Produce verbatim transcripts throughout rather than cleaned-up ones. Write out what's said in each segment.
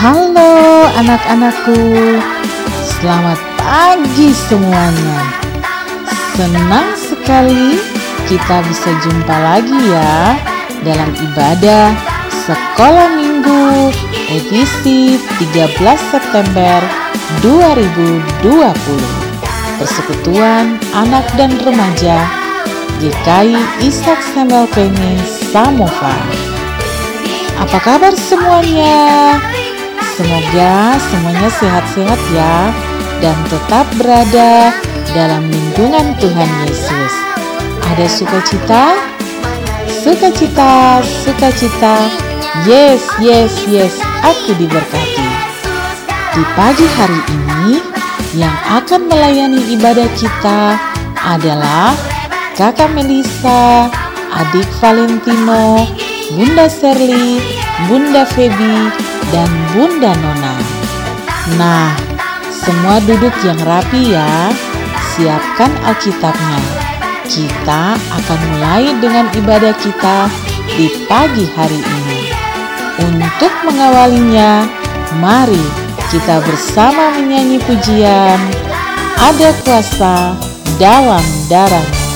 Halo anak-anakku, selamat pagi semuanya. Senang sekali kita bisa jumpa lagi ya dalam ibadah Sekolah Minggu edisi tiga belas September dua ribu dua puluh. Persekutuan Anak dan Remaja G K I Ishak Samuel Penny Samova. Apa kabar semuanya? Semoga semuanya sehat-sehat ya dan tetap berada dalam lindungan Tuhan Yesus. Ada sukacita? Sukacita, sukacita. Yes, yes, yes, aku diberkati. Di pagi hari ini yang akan melayani ibadah kita adalah Kakak Melisa, Adik Valentino, Bunda Serly, Bunda Feby, dan Bunda Nona. Nah, semua duduk yang rapi ya. Siapkan Alkitabnya. Kita akan mulai dengan ibadah kita di pagi hari ini. Untuk mengawalinya, mari kita bersama menyanyi pujian Ada Kuasa Dalam Darah-Nya.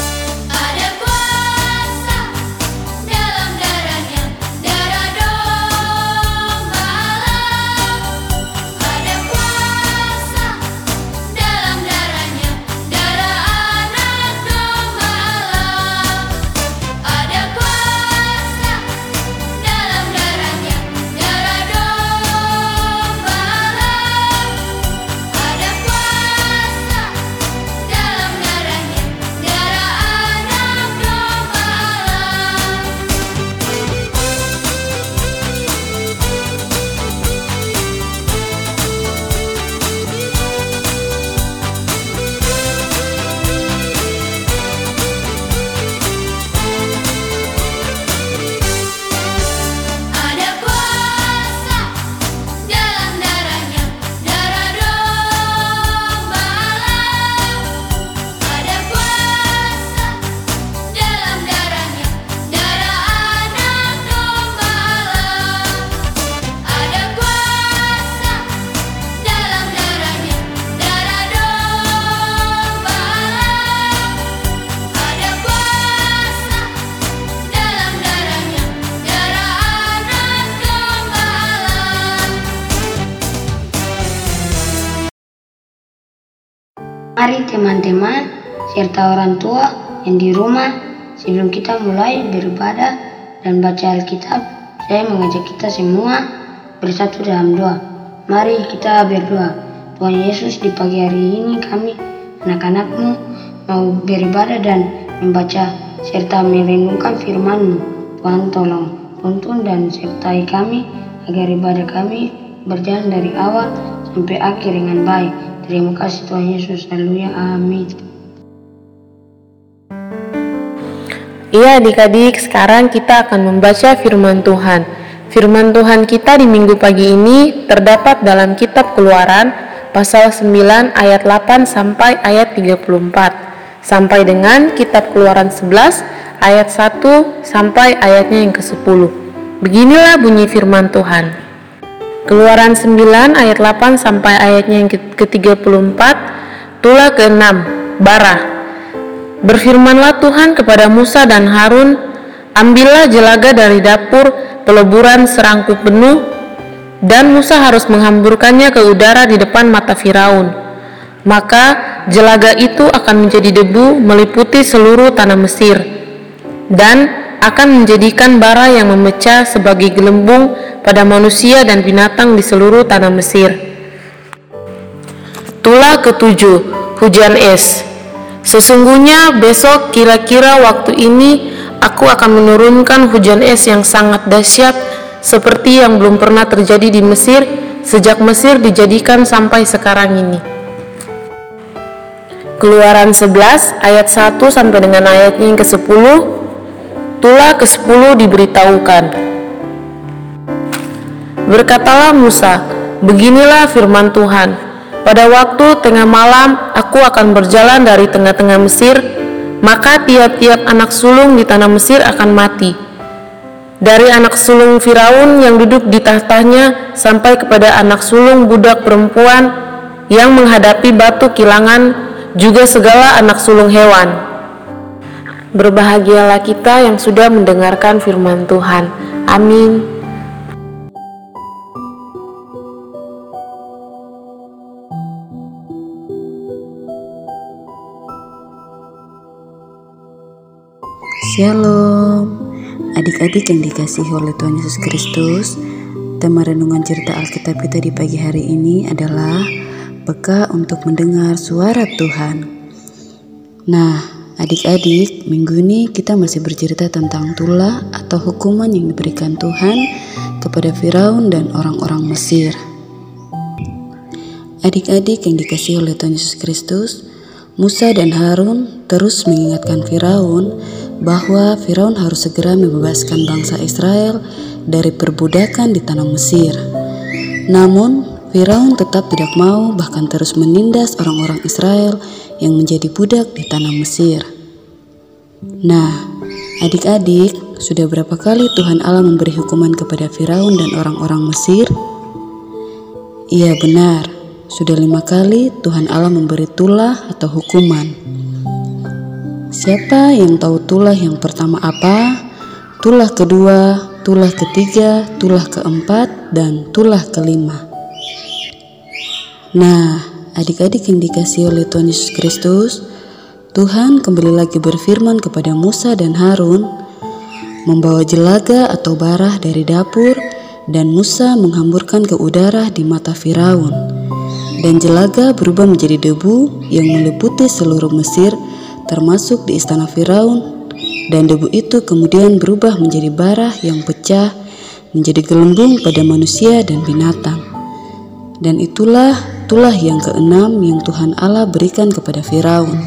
Mari teman-teman serta orang tua yang di rumah, sebelum kita mulai beribadah dan baca Alkitab, saya mengajak kita semua bersatu dalam doa. Mari kita berdoa. Tuhan Yesus, di pagi hari ini kami anak-anak-Mu mau beribadah dan membaca serta merenungkan firman-Mu. Tuhan tolong tuntun dan sertai kami agar ibadah kami berjalan dari awal sampai akhir dengan baik. Terima kasih Tuhan Yesus, haleluya, amin. Iya adik-adik, sekarang kita akan membaca firman Tuhan. Firman Tuhan kita di minggu pagi ini terdapat dalam kitab Keluaran pasal sembilan ayat delapan sampai ayat tiga puluh empat, sampai dengan kitab Keluaran sebelas ayat satu sampai ayatnya yang kesepuluh. Beginilah bunyi firman Tuhan. Keluaran sembilan ayat delapan sampai ayatnya yang ke tiga puluh empat, tulah keenam, bara. Berfirmanlah Tuhan kepada Musa dan Harun, ambillah jelaga dari dapur peleburan serangkut penuh, dan Musa harus menghamburkannya ke udara di depan mata Firaun. Maka jelaga itu akan menjadi debu meliputi seluruh tanah Mesir, dan akan menjadikan bara yang memecah sebagai gelembung pada manusia dan binatang di seluruh tanah Mesir. Tulah ketujuh, hujan es. Sesungguhnya besok kira-kira waktu ini aku akan menurunkan hujan es yang sangat dahsyat seperti yang belum pernah terjadi di Mesir sejak Mesir dijadikan sampai sekarang ini. Keluaran sebelas ayat satu sampai dengan ayatnya yang kesepuluh. Tulah kesepuluh diberitahukan. Berkatalah Musa, beginilah firman Tuhan, pada waktu tengah malam aku akan berjalan dari tengah-tengah Mesir, maka tiap-tiap anak sulung di tanah Mesir akan mati. dari anak sulung Firaun yang duduk di tahtanya sampai kepada anak sulung budak perempuan yang menghadapi batu kilangan, juga segala anak sulung hewan. Berbahagialah kita yang sudah mendengarkan firman Tuhan. Amin. Shalom, adik-adik yang dikasihi oleh Tuhan Yesus Kristus. Tema renungan cerita Alkitab kita di pagi hari ini adalah peka untuk mendengar suara Tuhan. Nah, adik-adik, minggu ini kita masih bercerita tentang tulah atau hukuman yang diberikan Tuhan kepada Firaun dan orang-orang Mesir. Adik-adik yang dikasihi oleh Tuhan Yesus Kristus, Musa dan Harun terus mengingatkan Firaun bahwa Firaun harus segera membebaskan bangsa Israel dari perbudakan di tanah Mesir. Namun, Firaun tetap tidak mau, bahkan terus menindas orang-orang Israel yang menjadi budak di tanah Mesir. Nah, adik-adik, sudah berapa kali Tuhan Allah memberi hukuman kepada Firaun dan orang-orang Mesir? Iya benar, sudah lima kali Tuhan Allah memberi tulah atau hukuman. Siapa yang tahu tulah yang pertama apa? Tulah kedua, tulah ketiga, tulah keempat, dan tulah kelima. Nah, adik-adik yang dikasihi oleh Tuhan Yesus Kristus, Tuhan kembali lagi berfirman kepada Musa dan Harun, membawa jelaga atau barah dari dapur, dan Musa menghamburkan ke udara di mata Firaun. Dan jelaga berubah menjadi debu yang meliputi seluruh Mesir, termasuk di istana Firaun, dan debu itu kemudian berubah menjadi barah yang pecah menjadi gelembung pada manusia dan binatang. Dan itulah tulah yang keenam yang Tuhan Allah berikan kepada Firaun.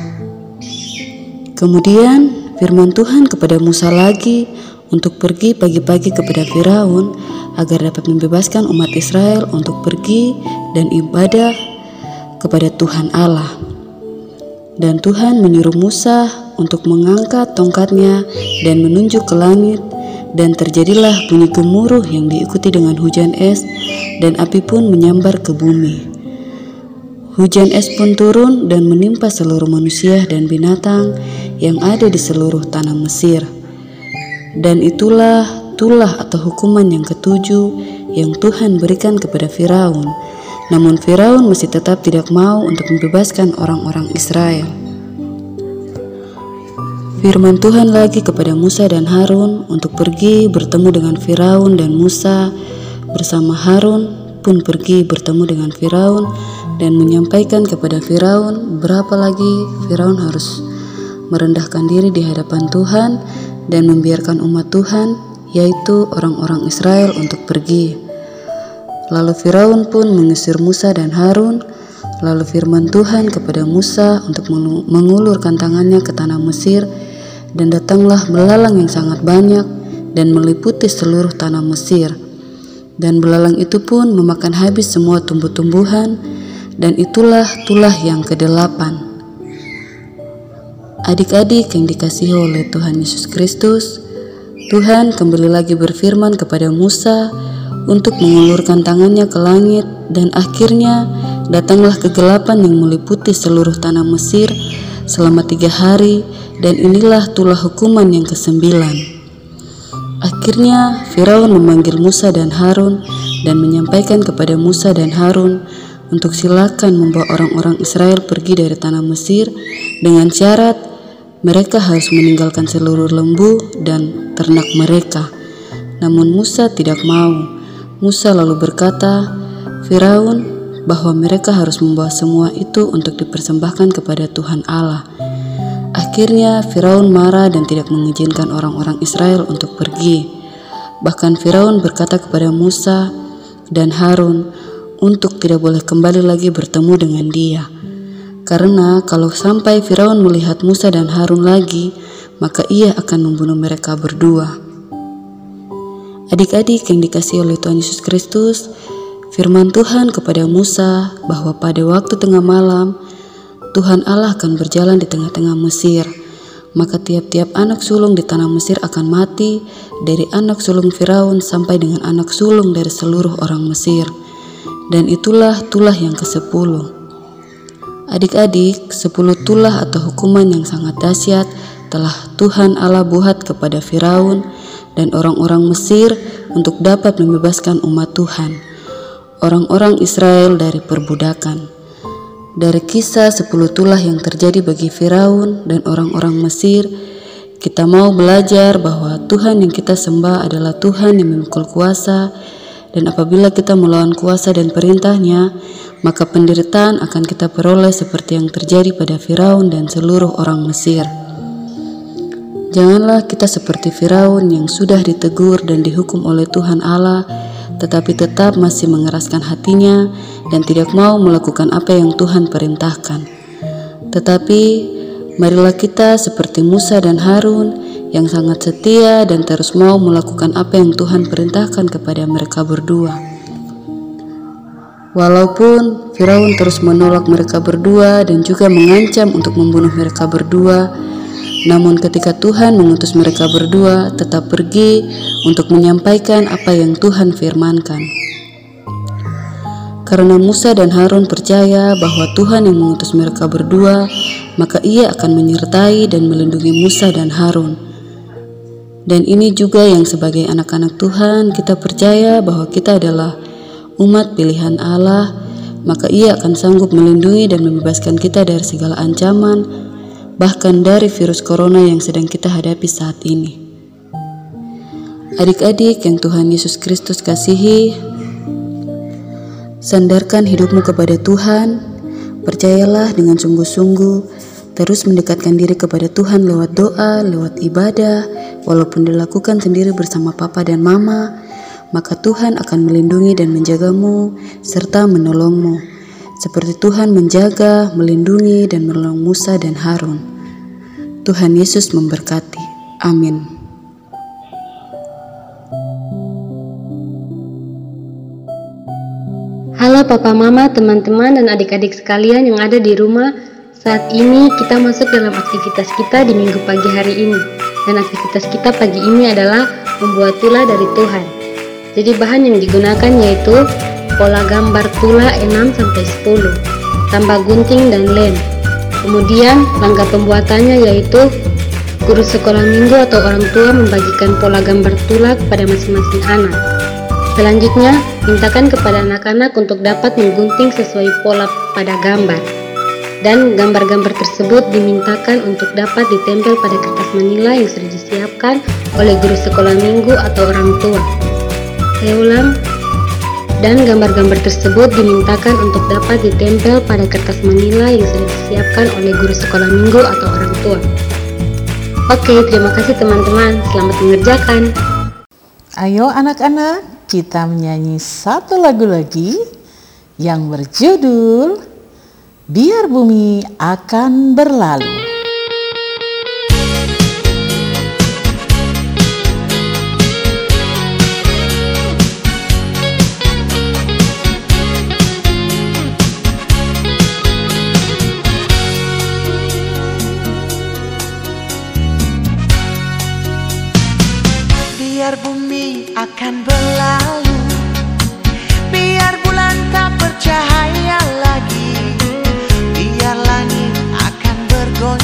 Kemudian firman Tuhan kepada Musa lagi untuk pergi pagi-pagi kepada Firaun agar dapat membebaskan umat Israel untuk pergi dan ibadah kepada Tuhan Allah. Dan Tuhan menyuruh Musa untuk mengangkat tongkatnya dan menunjuk ke langit, dan terjadilah bunyi gemuruh yang diikuti dengan hujan es, dan api pun menyambar ke bumi. Hujan es pun turun dan menimpa seluruh manusia dan binatang yang ada di seluruh tanah Mesir. Dan itulah tulah atau hukuman yang ketujuh yang Tuhan berikan kepada Firaun. Namun Firaun masih tetap tidak mau untuk membebaskan orang-orang Israel. Firman Tuhan lagi kepada Musa dan Harun untuk pergi bertemu dengan Firaun, dan Musa bersama Harun pun pergi bertemu dengan Firaun dan menyampaikan kepada Firaun berapa lagi Firaun harus merendahkan diri di hadapan Tuhan dan membiarkan umat Tuhan, yaitu orang-orang Israel, untuk pergi. Lalu Firaun pun mengusir Musa dan Harun. Lalu firman Tuhan kepada Musa untuk mengulurkan tangannya ke tanah Mesir, dan datanglah belalang yang sangat banyak dan meliputi seluruh tanah Mesir. Dan belalang itu pun memakan habis semua tumbuh-tumbuhan, dan itulah tulah yang kedelapan. Adik-adik yang dikasihi oleh Tuhan Yesus Kristus, Tuhan kembali lagi berfirman kepada Musa untuk mengulurkan tangannya ke langit, dan akhirnya datanglah kegelapan yang meliputi seluruh tanah Mesir selama tiga hari, dan inilah tulah hukuman yang kesembilan. Akhirnya Firaun memanggil Musa dan Harun dan menyampaikan kepada Musa dan Harun untuk silakan membawa orang-orang Israel pergi dari tanah Mesir dengan syarat mereka harus meninggalkan seluruh lembu dan ternak mereka. Namun Musa tidak mau. Musa lalu berkata, Firaun, bahwa mereka harus membawa semua itu untuk dipersembahkan kepada Tuhan Allah. Akhirnya Firaun marah dan tidak mengizinkan orang-orang Israel untuk pergi. Bahkan Firaun berkata kepada Musa dan Harun untuk tidak boleh kembali lagi bertemu dengan dia. Karena kalau sampai Firaun melihat Musa dan Harun lagi, maka ia akan membunuh mereka berdua. Adik-adik yang dikasihi oleh Tuhan Yesus Kristus, firman Tuhan kepada Musa bahwa pada waktu tengah malam Tuhan Allah akan berjalan di tengah-tengah Mesir. maka tiap-tiap anak sulung di tanah Mesir akan mati, dari anak sulung Firaun sampai dengan anak sulung dari seluruh orang Mesir. Dan itulah tulah yang kesepuluh. Adik-adik, sepuluh tulah atau hukuman yang sangat dahsyat telah Tuhan Allah buat kepada Firaun dan orang-orang Mesir untuk dapat membebaskan umat Tuhan, orang-orang Israel dari perbudakan. Dari kisah sepuluh tulah yang terjadi bagi Firaun dan orang-orang Mesir, kita mau belajar bahwa Tuhan yang kita sembah adalah Tuhan yang memikul kuasa, dan apabila kita melawan kuasa dan perintahnya, maka penderitaan akan kita peroleh seperti yang terjadi pada Firaun dan seluruh orang Mesir. Janganlah kita seperti Firaun yang sudah ditegur dan dihukum oleh Tuhan Allah, tetapi tetap masih mengeraskan hatinya dan tidak mau melakukan apa yang Tuhan perintahkan. Tetapi marilah kita seperti Musa dan Harun yang sangat setia dan terus mau melakukan apa yang Tuhan perintahkan kepada mereka berdua. Walaupun Firaun terus menolak mereka berdua dan juga mengancam untuk membunuh mereka berdua, namun ketika Tuhan mengutus mereka berdua tetap pergi untuk menyampaikan apa yang Tuhan firmankan. Karena Musa dan Harun percaya bahwa Tuhan yang mengutus mereka berdua, maka ia akan menyertai dan melindungi Musa dan Harun. Dan ini juga yang sebagai anak-anak Tuhan kita percaya bahwa kita adalah umat pilihan Allah, maka ia akan sanggup melindungi dan membebaskan kita dari segala ancaman, bahkan dari virus corona yang sedang kita hadapi saat ini. Adik-adik yang Tuhan Yesus Kristus kasihi, sandarkan hidupmu kepada Tuhan, percayalah dengan sungguh-sungguh, terus mendekatkan diri kepada Tuhan lewat doa, lewat ibadah, walaupun dilakukan sendiri bersama papa dan mama, maka Tuhan akan melindungi dan menjagamu, serta menolongmu, seperti Tuhan menjaga, melindungi, dan menolong Musa dan Harun. Tuhan Yesus memberkati. Amin. Halo Papa Mama, teman-teman dan adik-adik sekalian yang ada di rumah. Saat ini kita masuk dalam aktivitas kita di minggu pagi hari ini. Dan aktivitas kita pagi ini adalah membuat tulah dari Tuhan. Jadi bahan yang digunakan yaitu pola gambar tulah enam sampai sepuluh, tambah gunting dan lem. Kemudian langkah pembuatannya yaitu guru sekolah minggu atau orang tua membagikan pola gambar tulah kepada masing-masing anak. Selanjutnya, mintakan kepada anak-anak untuk dapat menggunting sesuai pola pada gambar. Dan gambar-gambar tersebut dimintakan untuk dapat ditempel pada kertas manila yang sudah disiapkan oleh guru sekolah minggu atau orang tua. Saya ulang, dan gambar-gambar tersebut dimintakan untuk dapat ditempel pada kertas manila yang sudah disiapkan oleh guru sekolah minggu atau orang tua. Oke, terima kasih teman-teman. Selamat mengerjakan. Ayo anak-anak, kita menyanyi satu lagu lagi yang berjudul Biar Bumi Akan Berlalu. Biar bumi akan berlalu, biar bulan tak bercahaya lagi, biar langit akan bergoncang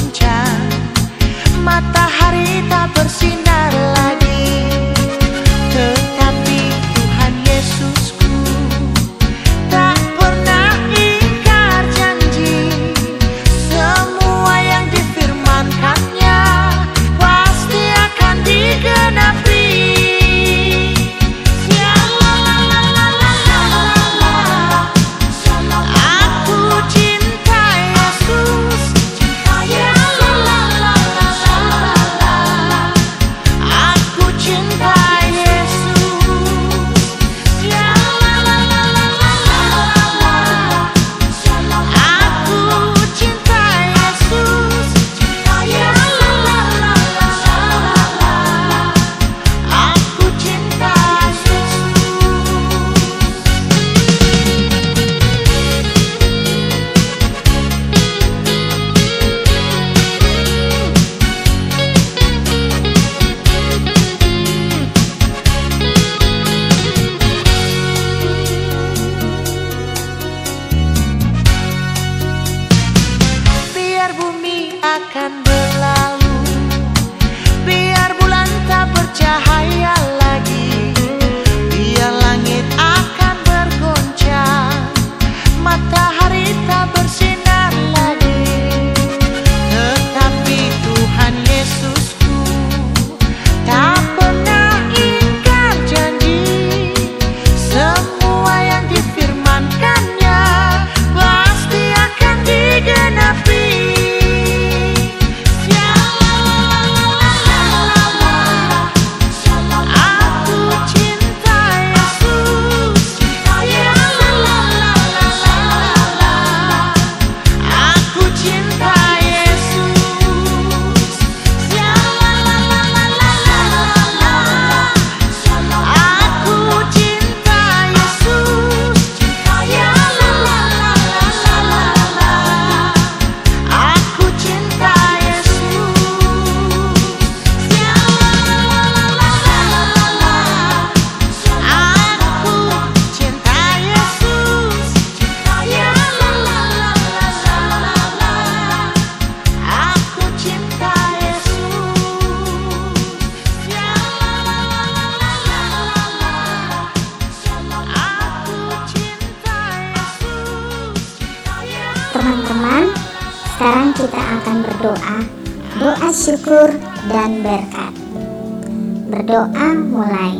Sekarang kita akan berdoa, doa syukur dan berkat. Berdoa mulai.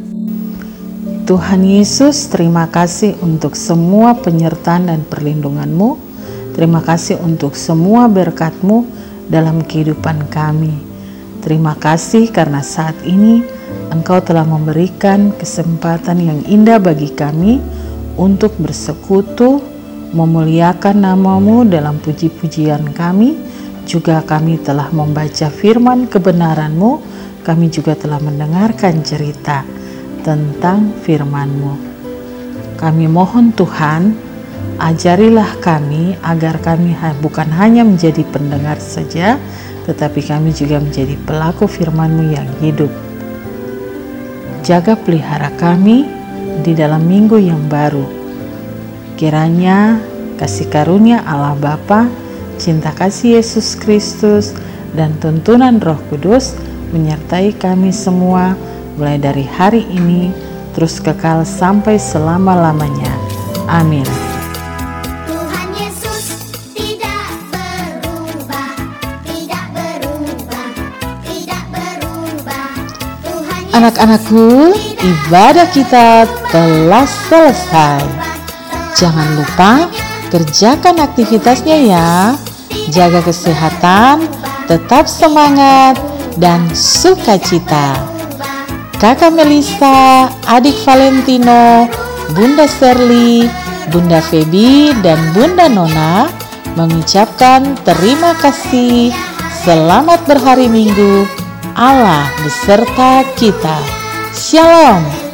Tuhan Yesus, terima kasih untuk semua penyertaan dan perlindungan-Mu. Terima kasih untuk semua berkat-Mu dalam kehidupan kami. Terima kasih karena saat ini Engkau telah memberikan kesempatan yang indah bagi kami untuk bersekutu, memuliakan nama-Mu dalam puji-pujian kami. Juga kami telah membaca firman kebenaran-Mu. Kami juga telah mendengarkan cerita tentang firman-Mu. Kami mohon Tuhan, ajarilah kami agar kami bukan hanya menjadi pendengar saja, tetapi kami juga menjadi pelaku firman-Mu yang hidup. Jaga pelihara kami di dalam minggu yang baru. Kiranya kasih karunia Allah Bapa, cinta kasih Yesus Kristus, dan tuntunan Roh Kudus menyertai kami semua mulai dari hari ini terus kekal sampai selama-lamanya. Amin. Tuhan Yesus tidak berubah, tidak berubah, tidak berubah. Tuhan Yesus Anak-anakku, ibadah kita telah selesai. Jangan lupa kerjakan aktivitasnya ya. Jaga kesehatan, tetap semangat, dan sukacita. Kakak Melisa, adik Valentino, Bunda Serly, Bunda Feby, dan Bunda Nona mengucapkan terima kasih. Selamat berhari Minggu. Allah beserta kita. Shalom.